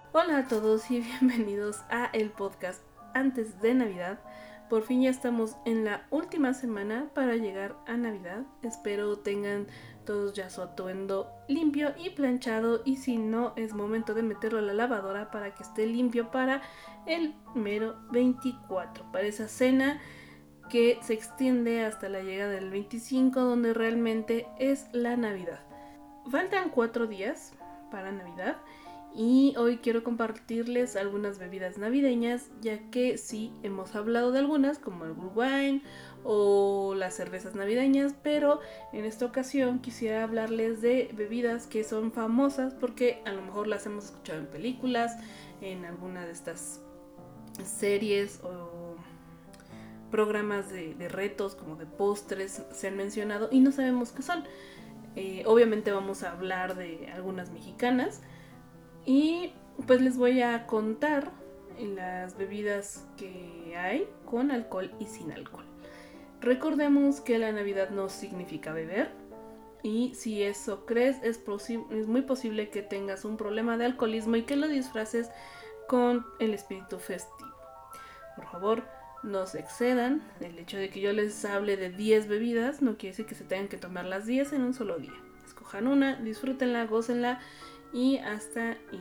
Hola a todos y bienvenidos a el podcast antes de Navidad. Por fin ya estamos en la última semana para llegar a Navidad. Espero tengan todos ya su atuendo limpio y planchado, y si no, es momento de meterlo a la lavadora para que esté limpio para el mero 24, para esa cena que se extiende hasta la llegada del 25, donde realmente es la Navidad. Faltan 4 días para Navidad y hoy quiero compartirles algunas bebidas navideñas, ya que sí hemos hablado de algunas como el Glühwein o las cervezas navideñas, pero en esta ocasión quisiera hablarles de bebidas que son famosas porque a lo mejor las hemos escuchado en películas, en alguna de estas series o programas de retos como de postres se han mencionado y no sabemos qué son. Obviamente vamos a hablar de algunas mexicanas y pues les voy a contar las bebidas que hay con alcohol y sin alcohol. Recordemos que la Navidad no significa beber, y si eso crees, es muy posible que tengas un problema de alcoholismo y que lo disfraces con el espíritu festivo. Por favor, no se excedan. El hecho de que yo les hable de 10 bebidas no quiere decir que se tengan que tomar las 10 en un solo día. Escojan una, disfrútenla, gócenla y hasta ahí.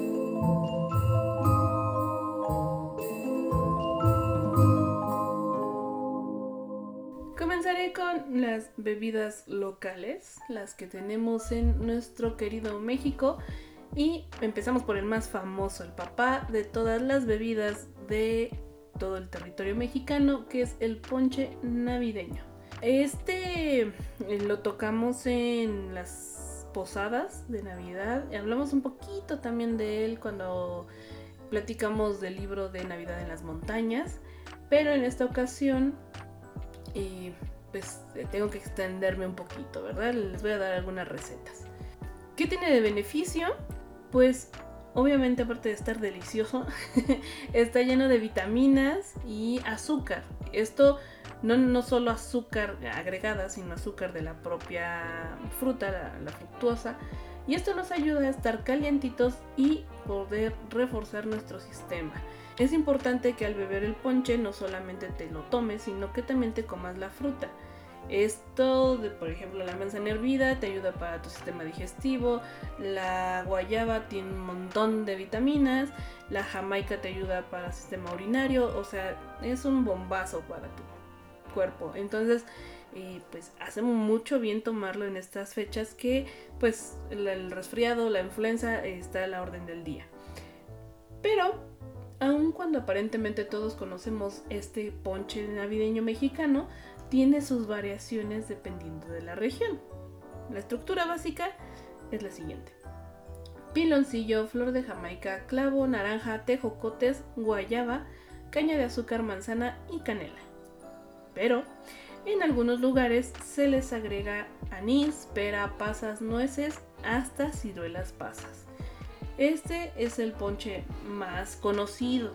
Comenzaré con las bebidas locales, las que tenemos en nuestro querido México, y empezamos por el más famoso, el papá de todas las bebidas de todo el territorio mexicano, que es el ponche navideño. Lo tocamos en las posadas de Navidad, y hablamos un poquito también de él cuando platicamos del libro de Navidad en las montañas, pero en esta ocasión pues tengo que extenderme un poquito, ¿verdad? Les voy a dar algunas recetas. ¿Qué tiene de beneficio? Pues obviamente, aparte de estar delicioso, está lleno de vitaminas y azúcar. Esto no solo azúcar agregada, sino azúcar de la propia fruta, la fructuosa. Y esto nos ayuda a estar calientitos y poder reforzar nuestro sistema. Es importante que al beber el ponche no solamente te lo tomes, sino que también te comas la fruta. Esto de, por ejemplo, la manzana hervida te ayuda para tu sistema digestivo, la guayaba tiene un montón de vitaminas, la jamaica te ayuda para el sistema urinario, o sea, es un bombazo para tu cuerpo. Entonces, pues hace mucho bien tomarlo en estas fechas que pues el resfriado, la influenza está a la orden del día. Pero aun cuando aparentemente todos conocemos este ponche navideño mexicano, tiene sus variaciones dependiendo de la región. La estructura básica es la siguiente: piloncillo, flor de jamaica, clavo, naranja, tejocotes, guayaba, caña de azúcar, manzana y canela. Pero en algunos lugares se les agrega anís, pera, pasas, nueces, hasta ciruelas pasas. Este es el ponche más conocido.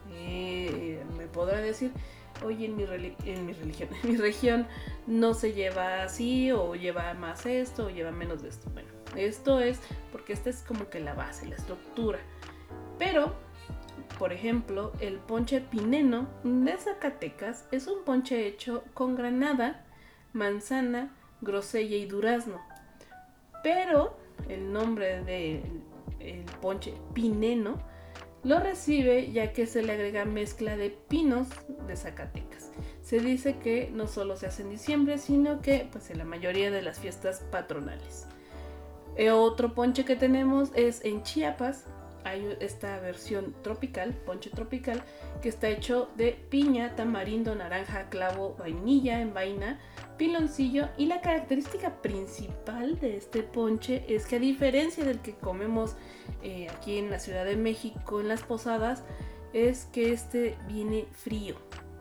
Me podrá decir, oye, en mi región no se lleva así, o lleva más esto, o lleva menos de esto. Bueno, esto es porque esta es como que la base, la estructura. Pero, por ejemplo, el ponche pineno de Zacatecas es un ponche hecho con granada, manzana, grosella y durazno. Pero el nombre del ponche pineno lo recibe ya que se le agrega mezcla de pinos de Zacatecas. Se dice que no solo se hace en diciembre, sino que pues en la mayoría de las fiestas patronales. Otro ponche que tenemos es en Chiapas. Hay esta versión tropical, ponche tropical, que está hecho de piña, tamarindo, naranja, clavo, vainilla en vaina, piloncillo, y la característica principal de este ponche es que, a diferencia del que comemos aquí en la Ciudad de México en las posadas, es que este viene frío.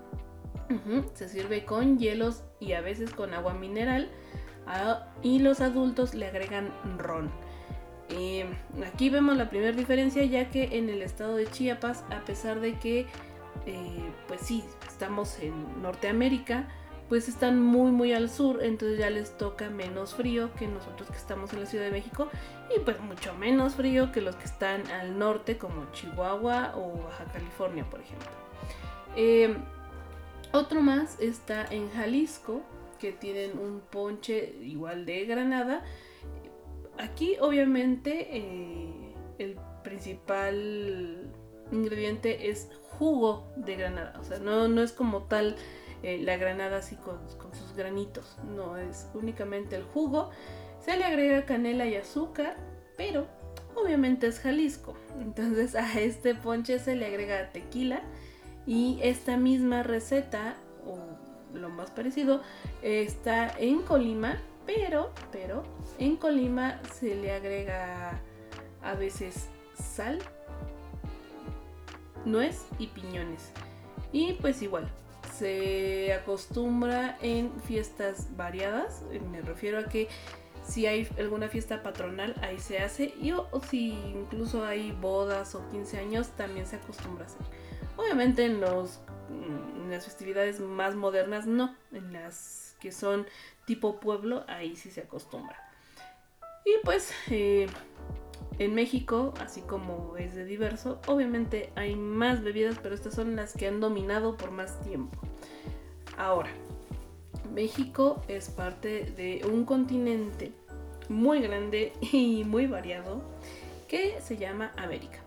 Se sirve con hielos y a veces con agua mineral, y los adultos le agregan ron. Aquí vemos la primera diferencia, ya que en el estado de Chiapas, a pesar de que pues sí, estamos en Norteamérica, pues están muy muy al sur, entonces ya les toca menos frío que nosotros que estamos en la Ciudad de México, y pues mucho menos frío que los que están al norte como Chihuahua o Baja California, por ejemplo. Otro más está en Jalisco, que tienen un ponche igual de granada. Aquí obviamente el principal ingrediente es jugo de granada, o sea, no es como tal la granada así con sus granitos, no, es únicamente el jugo. Se le agrega canela y azúcar, pero obviamente es Jalisco, entonces a este ponche se le agrega tequila, y esta misma receta, o lo más parecido, está en Colima, pero en Colima se le agrega a veces sal, nuez y piñones. Y pues igual, se acostumbra en fiestas variadas, me refiero a que si hay alguna fiesta patronal, ahí se hace, o si incluso hay bodas o 15 años, también se acostumbra a hacer. Obviamente en las festividades más modernas no, en las que son tipo pueblo, ahí sí se acostumbra. Y pues en México, así como es de diverso, obviamente hay más bebidas, pero estas son las que han dominado por más tiempo. Ahora, México es parte de un continente muy grande y muy variado que se llama América.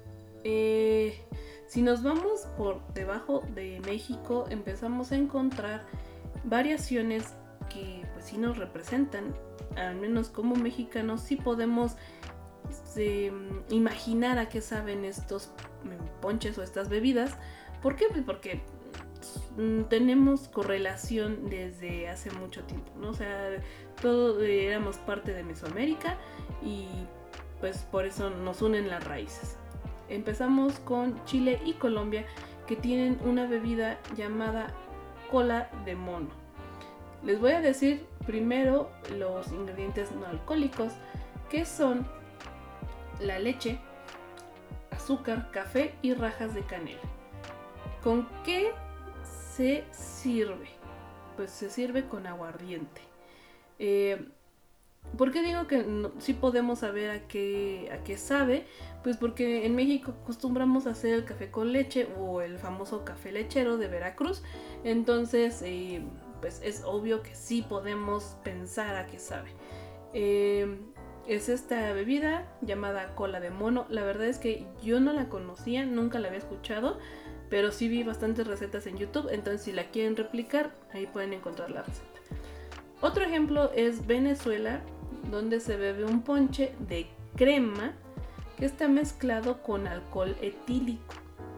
Si nos vamos por debajo de México, empezamos a encontrar variaciones que pues sí nos representan, al menos como mexicanos sí podemos imaginar a qué saben estos ponches o estas bebidas. ¿Por qué? Pues porque tenemos correlación desde hace mucho tiempo, ¿no? O sea, todos éramos parte de Mesoamérica y pues por eso nos unen las raíces. Empezamos con Chile y Colombia, que tienen una bebida llamada cola de mono. Les voy a decir primero los ingredientes no alcohólicos, que son la leche, azúcar, café y rajas de canela. ¿Con qué se sirve? Pues se sirve con aguardiente. ¿Por qué digo que sí podemos saber a qué sabe? Pues porque en México acostumbramos a hacer el café con leche o el famoso café lechero de Veracruz. Entonces, pues es obvio que sí podemos pensar a qué sabe. Es esta bebida llamada cola de mono. La verdad es que yo no la conocía, nunca la había escuchado, pero sí vi bastantes recetas en YouTube, entonces si la quieren replicar, ahí pueden encontrar la receta. Otro ejemplo es Venezuela, donde se bebe un ponche de crema que está mezclado con alcohol etílico.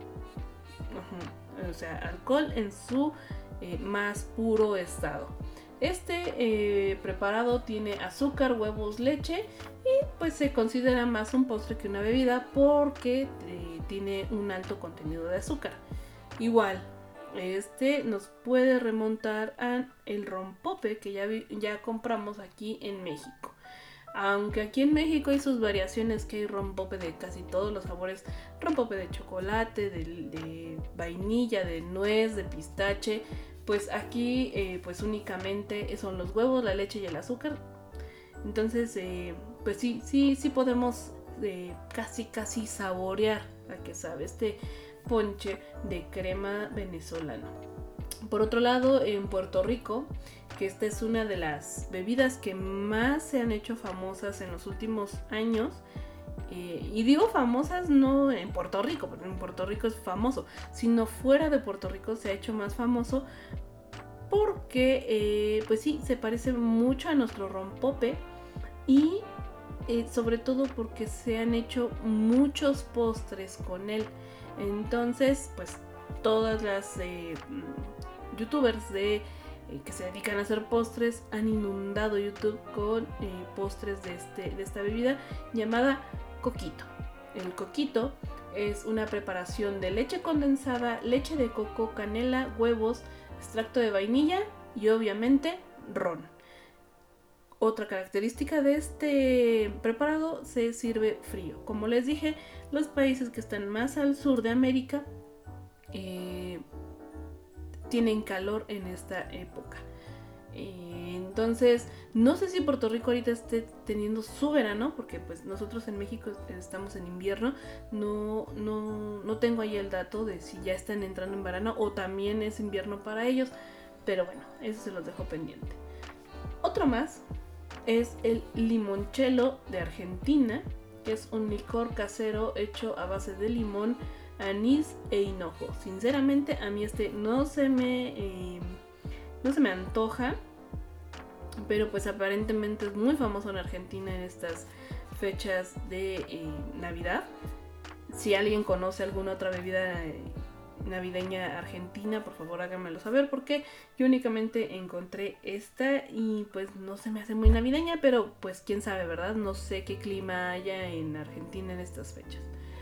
O sea, alcohol en su más puro estado. Este preparado tiene azúcar, huevos, leche y pues se considera más un postre que una bebida porque tiene un alto contenido de azúcar. Igual, este nos puede remontar a el rompope que ya compramos aquí en México. Aunque aquí en México hay sus variaciones, que hay rompope de casi todos los sabores, rompope de chocolate, de vainilla, de nuez, de pistache, pues aquí pues únicamente son los huevos, la leche y el azúcar. Entonces pues sí podemos casi saborear a qué sabe este ponche de crema venezolano. Por otro lado, en Puerto Rico, que esta es una de las bebidas que más se han hecho famosas en los últimos años, y digo famosas no en Puerto Rico, porque en Puerto Rico es famoso, sino fuera de Puerto Rico se ha hecho más famoso porque pues sí, se parece mucho a nuestro rompope y sobre todo porque se han hecho muchos postres con él. Entonces pues todas las youtubers que se dedican a hacer postres han inundado YouTube con postres de esta bebida llamada coquito. El coquito es una preparación de leche condensada, leche de coco, canela, huevos, extracto de vainilla y obviamente ron. Otra característica de este preparado, se sirve frío. Como les dije, los países que están más al sur de América tienen calor en esta época. Entonces, no sé si Puerto Rico ahorita esté teniendo su verano, porque pues nosotros en México estamos en invierno. No tengo ahí el dato de si ya están entrando en verano o también es invierno para ellos, pero bueno, eso se los dejo pendiente. Otro más es el limoncello de Argentina, que es un licor casero hecho a base de limón, anís e hinojo. Sinceramente a mí no se me antoja, pero pues aparentemente es muy famoso en Argentina en estas fechas de Navidad. Si alguien conoce alguna otra bebida navideña argentina, por favor háganmelo saber, porque yo únicamente encontré esta y pues no se me hace muy navideña, pero pues quién sabe, ¿verdad? No sé qué clima haya en Argentina en estas fechas.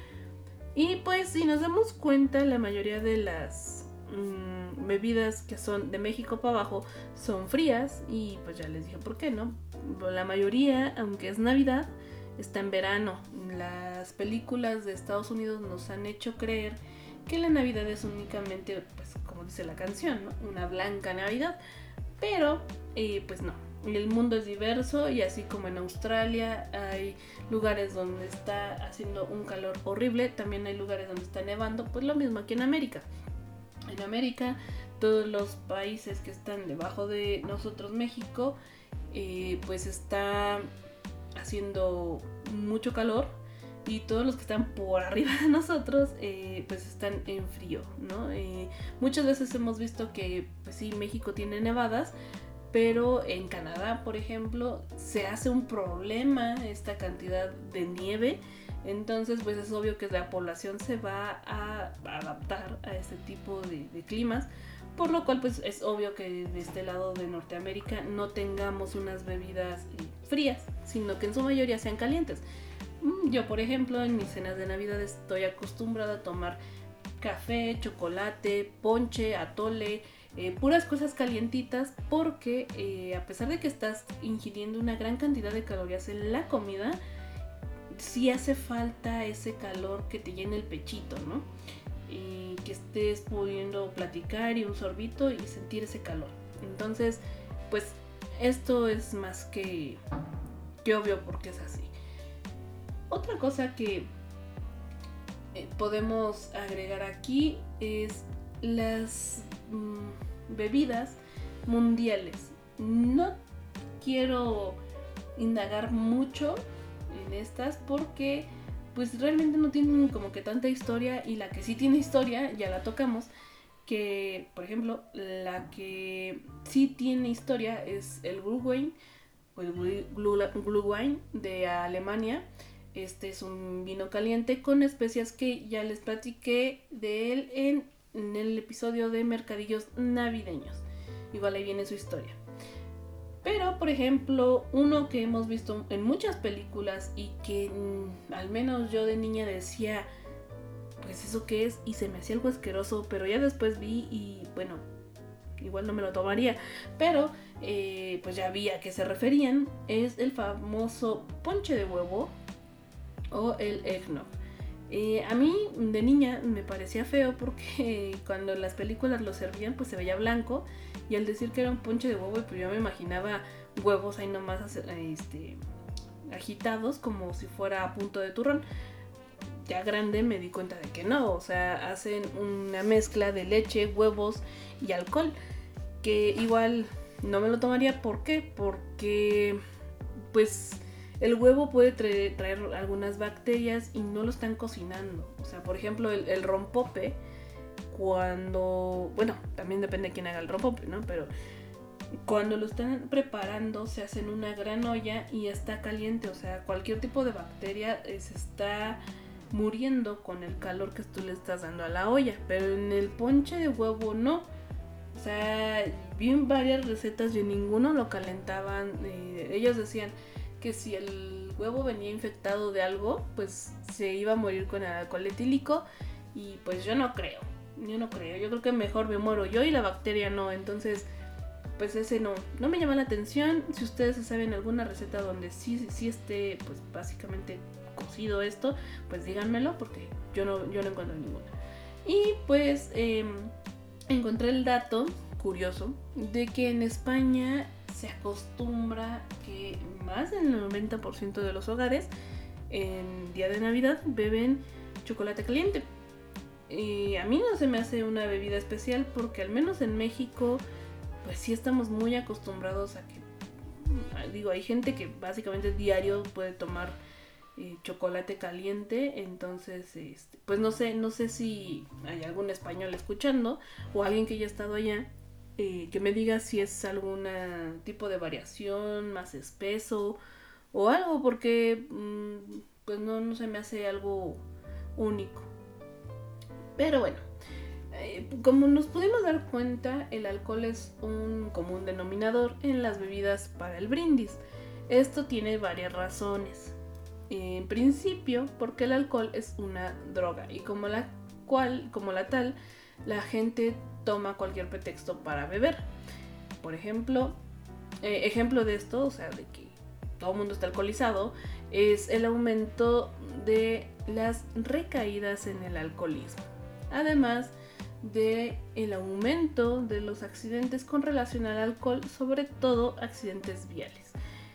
Y pues si nos damos cuenta, la mayoría de las bebidas que son de México para abajo son frías, y pues ya les dije por qué, ¿no? La mayoría, aunque es Navidad, está en verano. Las películas de Estados Unidos nos han hecho creer que la Navidad es únicamente, pues como dice la canción, ¿no? Una blanca Navidad, pero pues no. El mundo es diverso, y así como en Australia hay lugares donde está haciendo un calor horrible, también hay lugares donde está nevando, pues lo mismo aquí en América. En América, todos los países que están debajo de nosotros, México, pues está haciendo mucho calor, y todos los que están por arriba de nosotros pues están en frío, ¿no? Muchas veces hemos visto que pues sí, México tiene nevadas, pero en Canadá, por ejemplo, se hace un problema esta cantidad de nieve. Entonces pues es obvio que la población se va a adaptar a este tipo de climas, por lo cual pues es obvio que de este lado de Norteamérica no tengamos unas bebidas frías, sino que en su mayoría sean calientes. Yo, por ejemplo, en mis cenas de Navidad estoy acostumbrada a tomar café, chocolate, ponche, atole, puras cosas calientitas, porque a pesar de que estás ingiriendo una gran cantidad de calorías en la comida, sí hace falta ese calor que te llene el pechito, ¿no? Y que estés pudiendo platicar y un sorbito y sentir ese calor. Entonces, pues esto es más que obvio porque es así. Otra cosa que podemos agregar aquí es las bebidas mundiales. No quiero indagar mucho en estas porque pues realmente no tienen como que tanta historia, y la que sí tiene historia ya la tocamos, que por ejemplo la que sí tiene historia es el Glühwein o el Glühwein de Alemania. Este es un vino caliente con especias que ya les platiqué de él en el episodio de mercadillos navideños. Igual ahí viene su historia. Pero, por ejemplo, uno que hemos visto en muchas películas y que al menos yo de niña decía, pues eso qué es, y se me hacía algo asqueroso, pero ya después vi y bueno, igual no me lo tomaría, pero pues ya vi a qué se referían. Es el famoso ponche de huevo o el eggnog. A mí de niña me parecía feo porque cuando las películas lo servían pues se veía blanco, y al decir que era un ponche de huevo pues yo me imaginaba huevos ahí nomás agitados como si fuera a punto de turrón. Ya grande me di cuenta de que no, o sea, hacen una mezcla de leche, huevos y alcohol, que igual no me lo tomaría. ¿Por qué? Porque pues el huevo puede traer algunas bacterias y no lo están cocinando. O sea, por ejemplo, el rompope, cuando... Bueno, también depende de quién haga el rompope, ¿no? Pero cuando lo están preparando se hace en una gran olla y está caliente. O sea, cualquier tipo de bacteria se está muriendo con el calor que tú le estás dando a la olla. Pero en el ponche de huevo no. O sea, vi en varias recetas y en ninguno lo calentaban. Ellos decían que si el huevo venía infectado de algo, pues se iba a morir con el alcohol etílico, y pues yo no creo, yo creo que mejor me muero yo y la bacteria no. Entonces pues ese no me llama la atención. Si ustedes saben alguna receta donde sí esté pues básicamente cocido esto, pues díganmelo, porque yo no encuentro ninguna. Y pues encontré el dato curioso de que en España se acostumbra que más del 90% de los hogares en día de Navidad beben chocolate caliente. A mí no se me hace una bebida especial porque al menos en México pues sí estamos muy acostumbrados a que, digo, hay gente que básicamente diario puede tomar chocolate caliente, entonces pues no sé si hay algún español escuchando o alguien que haya estado allá, que me diga si es algún tipo de variación más espeso o algo, porque pues no se me hace algo único. Pero bueno, como nos pudimos dar cuenta, el alcohol es un común denominador en las bebidas para el brindis. Esto tiene varias razones. En principio, porque el alcohol es una droga y como la tal, la gente toma cualquier pretexto para beber. Por ejemplo, ejemplo de esto, o sea, de que todo el mundo está alcoholizado, es el aumento de las recaídas en el alcoholismo. Además de el aumento de los accidentes con relación al alcohol, sobre todo accidentes viales.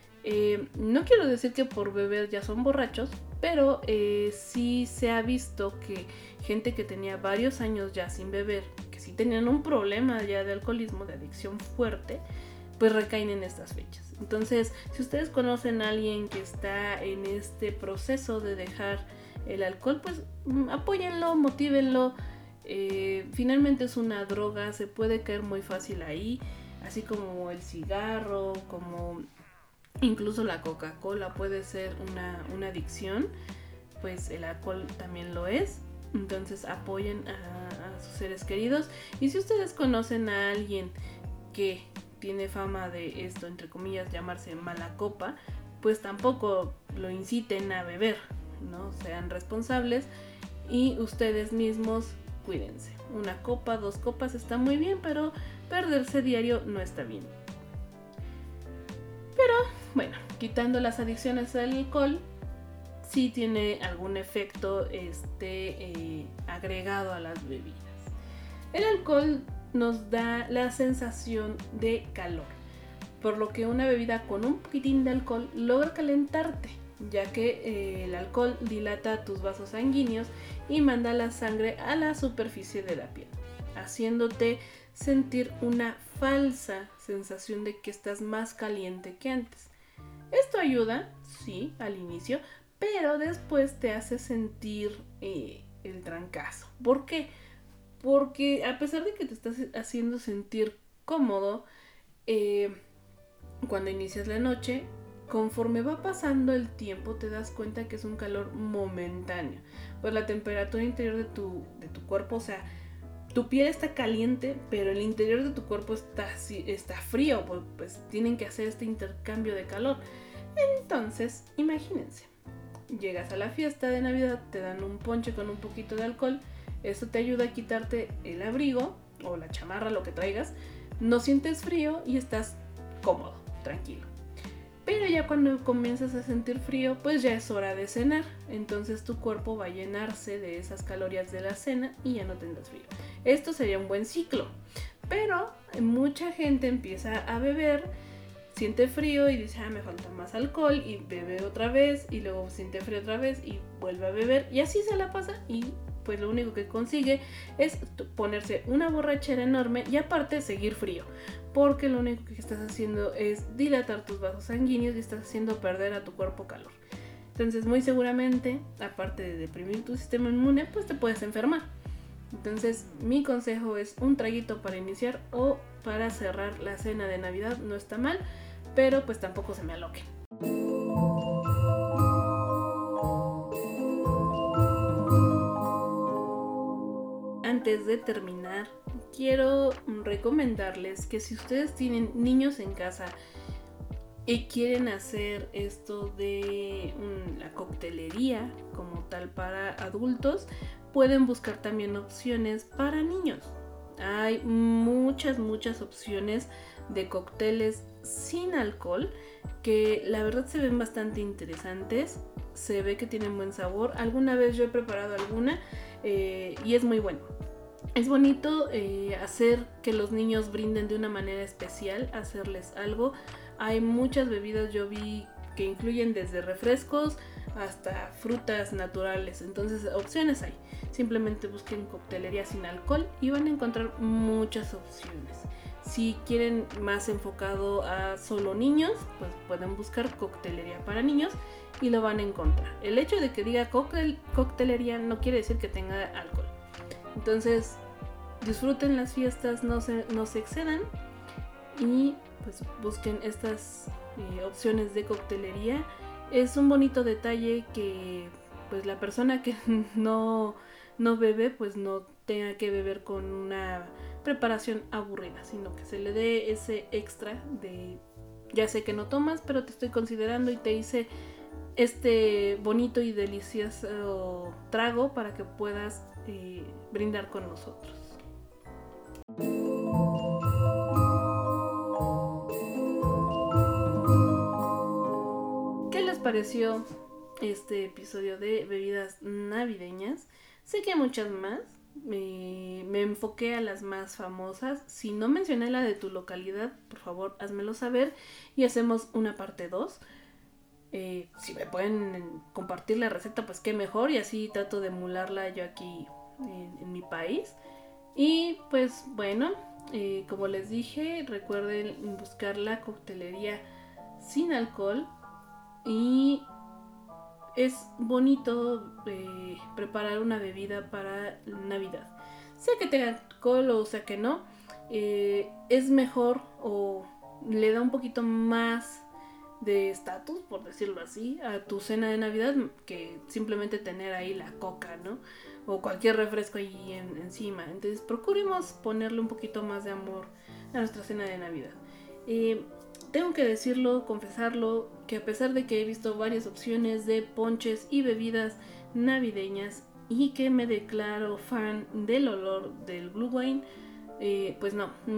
No quiero decir que por beber ya son borrachos, pero sí se ha visto que gente que tenía varios años ya sin beber, que sí tenían un problema ya de alcoholismo, de adicción fuerte, pues recaen en estas fechas. Entonces, si ustedes conocen a alguien que está en este proceso de dejar el alcohol, pues apóyenlo, motívenlo. Finalmente es una droga, se puede caer muy fácil ahí, así como el cigarro, como incluso la Coca-Cola puede ser una adicción, pues el alcohol también lo es. Entonces apoyen a sus seres queridos. Y si ustedes conocen a alguien que tiene fama de esto, entre comillas, llamarse mala copa, pues tampoco lo inciten a beber, ¿no? Sean responsables y ustedes mismos cuídense. Una copa, 2 copas está muy bien, pero perderse diario no está bien. Pero bueno, quitando las adicciones al alcohol, sí tiene algún efecto agregado a las bebidas. El alcohol nos da la sensación de calor, por lo que una bebida con un poquitín de alcohol logra calentarte, ya que el alcohol dilata tus vasos sanguíneos y manda la sangre a la superficie de la piel, haciéndote sentir una falsa sensación de que estás más caliente que antes. Esto ayuda, sí, al inicio, pero después te hace sentir el trancazo. ¿Por qué? Porque a pesar de que te estás haciendo sentir cómodo, cuando inicias la noche, conforme va pasando el tiempo te das cuenta que es un calor momentáneo. Pues la temperatura interior de tu cuerpo, o sea, tu piel está caliente, pero el interior de tu cuerpo está frío, pues tienen que hacer este intercambio de calor. Entonces, imagínense, llegas a la fiesta de Navidad, te dan un ponche con un poquito de alcohol, esto te ayuda a quitarte el abrigo o la chamarra, lo que traigas, no sientes frío y estás cómodo, tranquilo. Pero ya cuando comienzas a sentir frío, pues ya es hora de cenar. Entonces tu cuerpo va a llenarse de esas calorías de la cena y ya no tendrás frío. Esto sería un buen ciclo. Pero mucha gente empieza a beber, siente frío y dice, me falta más alcohol, y bebe otra vez, y luego siente frío otra vez y vuelve a beber. Y así se la pasa y pues lo único que consigue es ponerse una borrachera enorme y aparte seguir frío. Porque lo único que estás haciendo es dilatar tus vasos sanguíneos y estás haciendo perder a tu cuerpo calor. Entonces muy seguramente, aparte de deprimir tu sistema inmune, pues te puedes enfermar. Entonces mi consejo es un traguito para iniciar o para cerrar la cena de Navidad, no está mal, pero pues tampoco se me aloquen. Antes de terminar, quiero recomendarles que si ustedes tienen niños en casa y quieren hacer esto de la coctelería como tal para adultos, pueden buscar también opciones para niños. Hay muchas opciones de cócteles sin alcohol que la verdad se ven bastante interesantes, se ve que tienen buen sabor. Alguna vez yo he preparado alguna y es muy bueno. Es bonito hacer que los niños brinden de una manera especial, hacerles algo. Hay muchas bebidas, yo vi que incluyen desde refrescos hasta frutas naturales, entonces opciones hay. Simplemente busquen coctelería sin alcohol y van a encontrar muchas opciones. Si quieren más enfocado a solo niños, pues pueden buscar coctelería para niños y lo van a encontrar. El hecho de que diga coctelería no quiere decir que tenga alcohol. Entonces, disfruten las fiestas, no se excedan y pues busquen estas opciones de coctelería. Es un bonito detalle que pues la persona que no bebe pues no tenga que beber con una preparación aburrida, sino que se le dé ese extra de ya sé que no tomas, pero te estoy considerando y te hice este bonito y delicioso trago para que puedas brindar con nosotros. ¿Qué les pareció este episodio de bebidas navideñas? Sé que hay muchas más. Me enfoqué a las más famosas. Si no mencioné la de tu localidad, por favor házmelo saber y hacemos una parte 2. Si me pueden compartir la receta, pues qué mejor, y así trato de emularla yo aquí en mi país. Y pues bueno, como les dije, recuerden buscar la coctelería sin alcohol. Y es bonito preparar una bebida para Navidad. Sea que tenga alcohol o sea que no, es mejor o le da un poquito más de estatus, por decirlo así, a tu cena de Navidad que simplemente tener ahí la coca, ¿no? O cualquier refresco ahí encima. Entonces procuremos ponerle un poquito más de amor a nuestra cena de Navidad. Tengo que decirlo, confesarlo, que a pesar de que he visto varias opciones de ponches y bebidas navideñas y que me declaro fan del olor del Glühwein, pues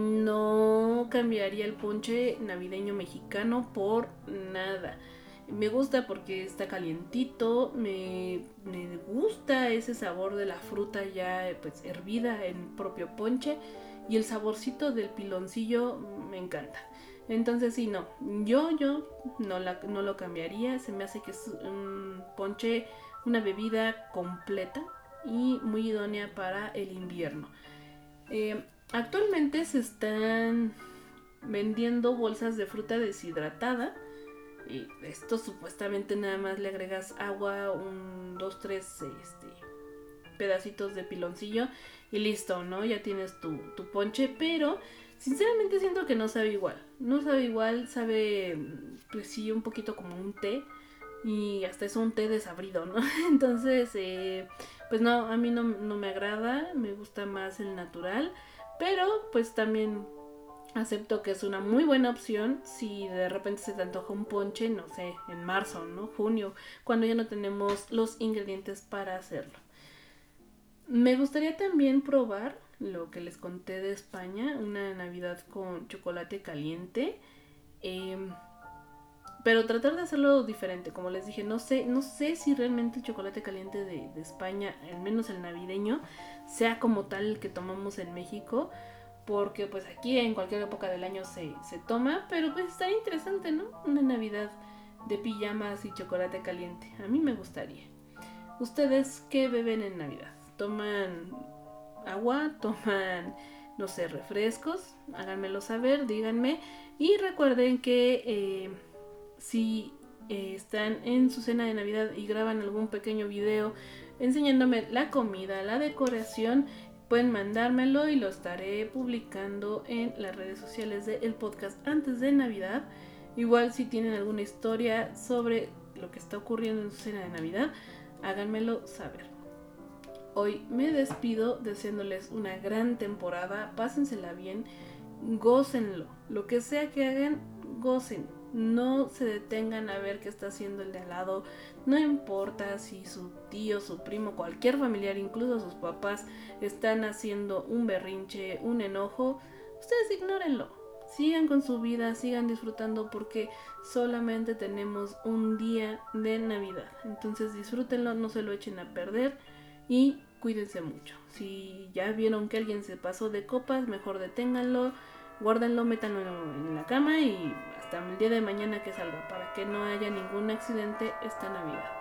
no cambiaría el ponche navideño mexicano por nada. Me gusta porque está calientito, me gusta ese sabor de la fruta ya pues hervida en propio ponche y el saborcito del piloncillo me encanta. Entonces sí, yo no lo cambiaría. Se me hace que es un ponche, una bebida completa y muy idónea para el invierno. Actualmente se están vendiendo bolsas de fruta deshidratada. Y esto supuestamente nada más le agregas agua, 2, 3 pedacitos de piloncillo y listo, ¿no? Ya tienes tu ponche, pero sinceramente siento que no sabe igual. No sabe igual, sabe pues sí un poquito como un té y hasta es un té desabrido, ¿no? Entonces, pues no, a mí no me agrada, me gusta más el natural, pero pues también acepto que es una muy buena opción si de repente se te antoja un ponche, no sé, en marzo, ¿no? Junio, cuando ya no tenemos los ingredientes para hacerlo. Me gustaría también probar lo que les conté de España, una Navidad con chocolate caliente, pero tratar de hacerlo diferente. Como les dije, no sé si realmente el chocolate caliente de España, al menos el navideño, sea como tal el que tomamos en México, porque pues aquí en cualquier época del año se toma, pero pues estaría interesante, ¿no? Una Navidad de pijamas y chocolate caliente. A mí me gustaría. ¿Ustedes qué beben en Navidad? ¿Toman agua? ¿Toman, no sé, refrescos? Háganmelo saber, díganme. Y recuerden que si están en su cena de Navidad y graban algún pequeño video enseñándome la comida, la decoración, pueden mandármelo y lo estaré publicando en las redes sociales del podcast antes de Navidad. Igual si tienen alguna historia sobre lo que está ocurriendo en su cena de Navidad, háganmelo saber. Hoy me despido deseándoles una gran temporada, pásensela bien, gócenlo, lo que sea que hagan, gocen. No se detengan a ver qué está haciendo el de al lado. No importa si su tío, su primo, cualquier familiar, incluso sus papás, están haciendo un berrinche, un enojo. Ustedes ignórenlo. Sigan con su vida, sigan disfrutando porque solamente tenemos un día de Navidad. Entonces disfrútenlo, no se lo echen a perder y cuídense mucho. Si ya vieron que alguien se pasó de copas, mejor deténganlo, guárdenlo, métanlo en la cama y hasta el día de mañana que salga, para que no haya ningún accidente esta Navidad.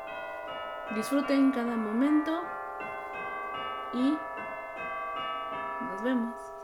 Disfruten cada momento y nos vemos.